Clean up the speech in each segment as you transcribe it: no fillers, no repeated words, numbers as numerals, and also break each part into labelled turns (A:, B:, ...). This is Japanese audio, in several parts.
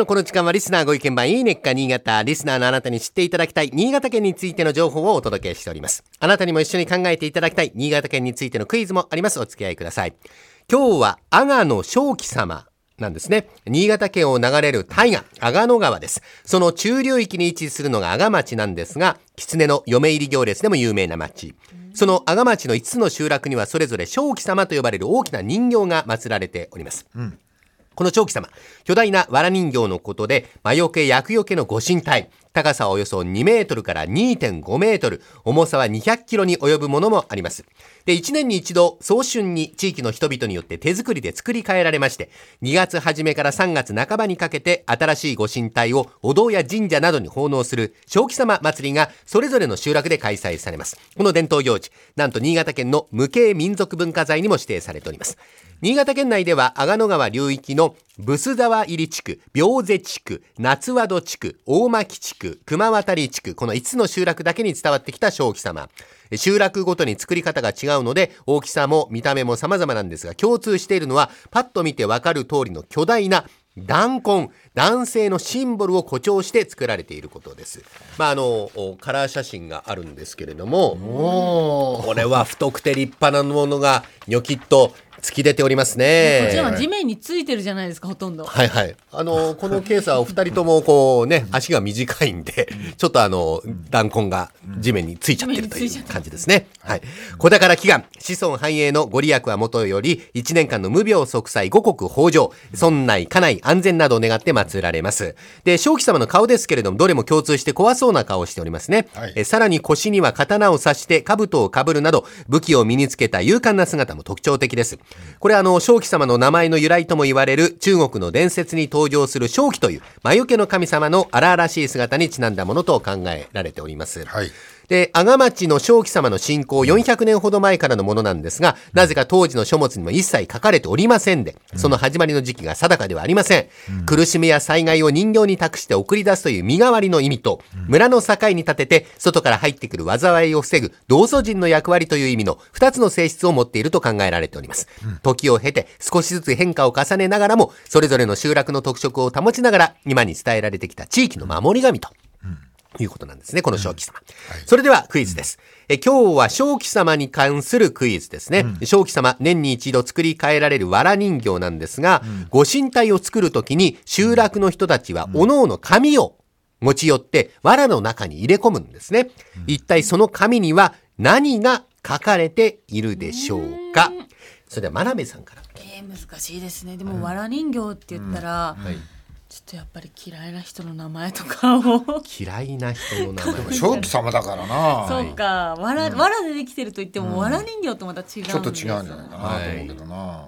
A: のこの時間はリスナーご意見番いいねっか新潟。リスナーのあなたに知っていただきたい新潟県についての情報をお届けしております。あなたにも一緒に考えていただきたい新潟県についてのクイズもあります。お付き合いください。今日は阿賀の正気様なんですね。新潟県を流れる大河阿賀野川です。その中流域に位置するのが阿賀町なんですが、狐の嫁入り行列でも有名な町。その阿賀町の5つの集落にはそれぞれ正気様と呼ばれる大きな人形が祀られております。この正気様、巨大な藁人形のことで、魔除け厄除けのご神体、高さはおよそ2メートルから 2.5 メートル、重さは200キロに及ぶものもあります。で、1年に一度、早春に地域の人々によって手作りで作り変えられまして、2月初めから3月半ばにかけて、新しいご神体をお堂や神社などに奉納する正気様祭りが、それぞれの集落で開催されます。この伝統行事、なんと新潟県の無形民族文化財にも指定されております。新潟県内では阿賀野川流域のブ沢入地区、病瀬地区、夏和戸地区、大巻地区、熊渡地区、この5つの集落だけに伝わってきた正気様。集落ごとに作り方が違うので、大きさも見た目も様々なんですが、共通しているのはパッと見てわかる通りの巨大な弾痕、男性のシンボルを誇張して作られていることです。カラー写真があるんですけれども、これは太くて立派なものがニョキッと突き出ておりますね。
B: こちらは地面についてるじゃないですか、ほとんど。
A: はいはい。このケースはお二人ともこうね、足が短いんで、ちょっと弾痕が地面についちゃってるという感じですね。はい。子宝祈願、子孫繁栄のご利益はもとより、1年間の無病息災、五穀豊穣、村内、家内、安全などを願って祀られます。で、正気様の顔ですけれども、どれも共通して怖そうな顔をしておりますね。はい、さらに腰には刀を刺して兜をかぶるなど、武器を身につけた勇敢な姿も特徴的です。これ正気様の名前の由来とも言われる中国の伝説に登場する正気という魔除けの神様の荒々しい姿にちなんだものと考えられております。はい。で、阿賀町の正気様の信仰400年ほど前からのものなんですが、なぜか当時の書物にも一切書かれておりませんで、その始まりの時期が定かではありません。苦しみや災害を人形に託して送り出すという身代わりの意味と、村の境に立てて外から入ってくる災いを防ぐ道祖神の役割という意味の2つの性質を持っていると考えられております。時を経て少しずつ変化を重ねながらも、それぞれの集落の特色を保ちながら今に伝えられてきた地域の守り神ということなんですね、この正気様。それではクイズです。今日は正気様に関するクイズですね。正気様、年に一度作り変えられる藁人形なんですが、ご神体を作るときに集落の人たちはおのおの紙を持ち寄って藁の中に入れ込むんですね。一体その紙には何が書かれているでしょうか。それでは真鍋さんから。
B: 難しいですね。でも藁人形って言ったら、ちょっとやっぱり嫌いな人の名前とかを
A: 嫌いな人の名前
C: 正気様だからな。
B: そうか、藁でできてると言っても、藁人形とまた違うんです。
C: ちょっと違うんじゃないかなと思うけどな。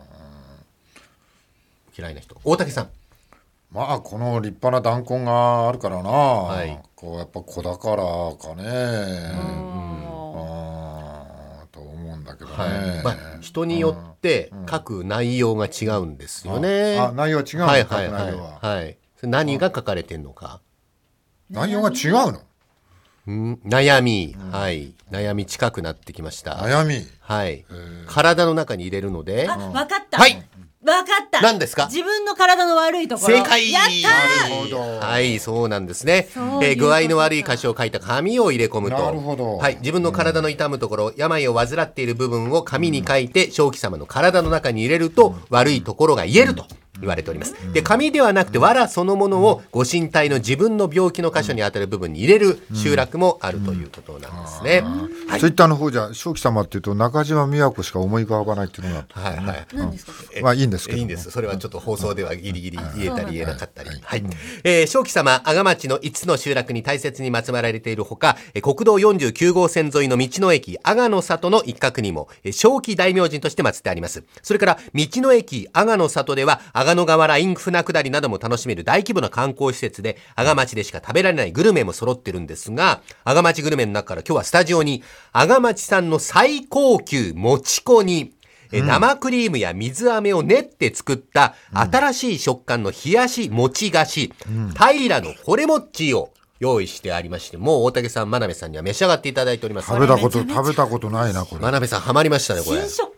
A: 嫌いな人、大竹さん。
C: この立派な弾痕があるからな、こうやっぱ子宝かね、と思うんだけどね。
A: 人によって書く内容が違うんですよね。
C: 内容は違うの。
A: はい。何が書かれてんのか。
C: 内容が違うの。
A: 悩み、悩み近くなってきました。
C: 悩み、
A: 体の中に入れるので。
B: 分かった。
A: はい。
B: 分かった。
A: 何ですか。
B: 自分の体の悪いところ。
A: 正解。
B: やった
A: ー。はい、そうなんですね。具合の悪い箇所を書いた紙を入れ込むと。
C: なるほど。
A: はい、自分の体の痛むところ、病を患っている部分を紙に書いて、正気様の体の中に入れると、悪いところが癒えると言われております。で、紙ではなくて藁そのものをご神体の自分の病気の箇所に当たる部分に入れる集落もあるということなんですね。
C: ツイッターの方じゃ正気様っていうと中島美和子しか思い浮かばないっていうのが
B: 何ですか。
C: いいんですけど。
A: いいんです。それはちょっと放送ではギリギリ言えたり言えなかったり。正気様、阿賀町の5つの集落に大切に祀られているほか、国道49号線沿いの道の駅阿賀の里の一角にも正気大明神として祀ってあります。それから道の駅阿賀の里では阿賀野川ライン船下りなども楽しめる大規模な観光施設で、阿賀町でしか食べられないグルメも揃ってるんですが、阿賀町グルメの中から今日はスタジオに阿賀町産の最高級もち粉に生クリームや水飴を練って作った新しい食感の冷やし餅菓子、平のホレモッチを用意してありまして、もう大竹さん、真鍋さんには召し上がっていただいております。
C: 食べたことないな、これ。
A: 真鍋さんハマりましたね、これ。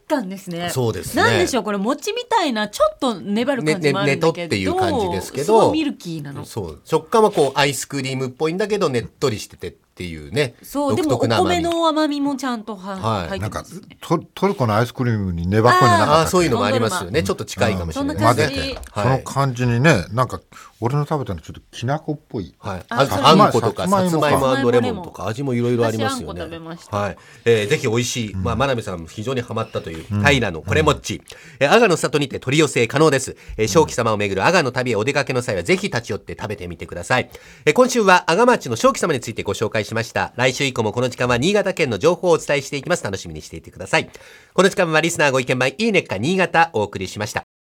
B: 感ですね。
A: そうですね。
B: なんでしょう、これ餅みたいなちょっと粘る感じもあるんだけど、
A: ねとっていう感じですけど、
B: すごいミルキーなの。
A: そう食感はこうアイスクリームっぽいんだけどねっとりしててっていうね。
B: そうでもお米の甘みもちゃんと入ってますね。
C: トルコのアイスクリームにねばっこになかったっけ。
A: そういうのもありますよね。ちょっと近いかもしれないですね。
B: そんな感じ。
C: その感じにね、なんか俺の食べたのちょっときなこっぽい。
A: あんことかさつまいも&レモンとか味もいろいろありますよね。はい。ぜひ美味しい。真鍋さんも非常にハマったという平のこれもっち。阿賀の里にて取り寄せ可能です。正気様をめぐる阿賀の旅へお出かけの際はぜひ立ち寄って食べてみてください。今週は阿賀町の正気様についてご紹介しました。来週以降もこの時間は新潟県の情報をお伝えしていきます。楽しみにしていてください。この時間はリスナーご意見番いいねっか新潟お送りしました。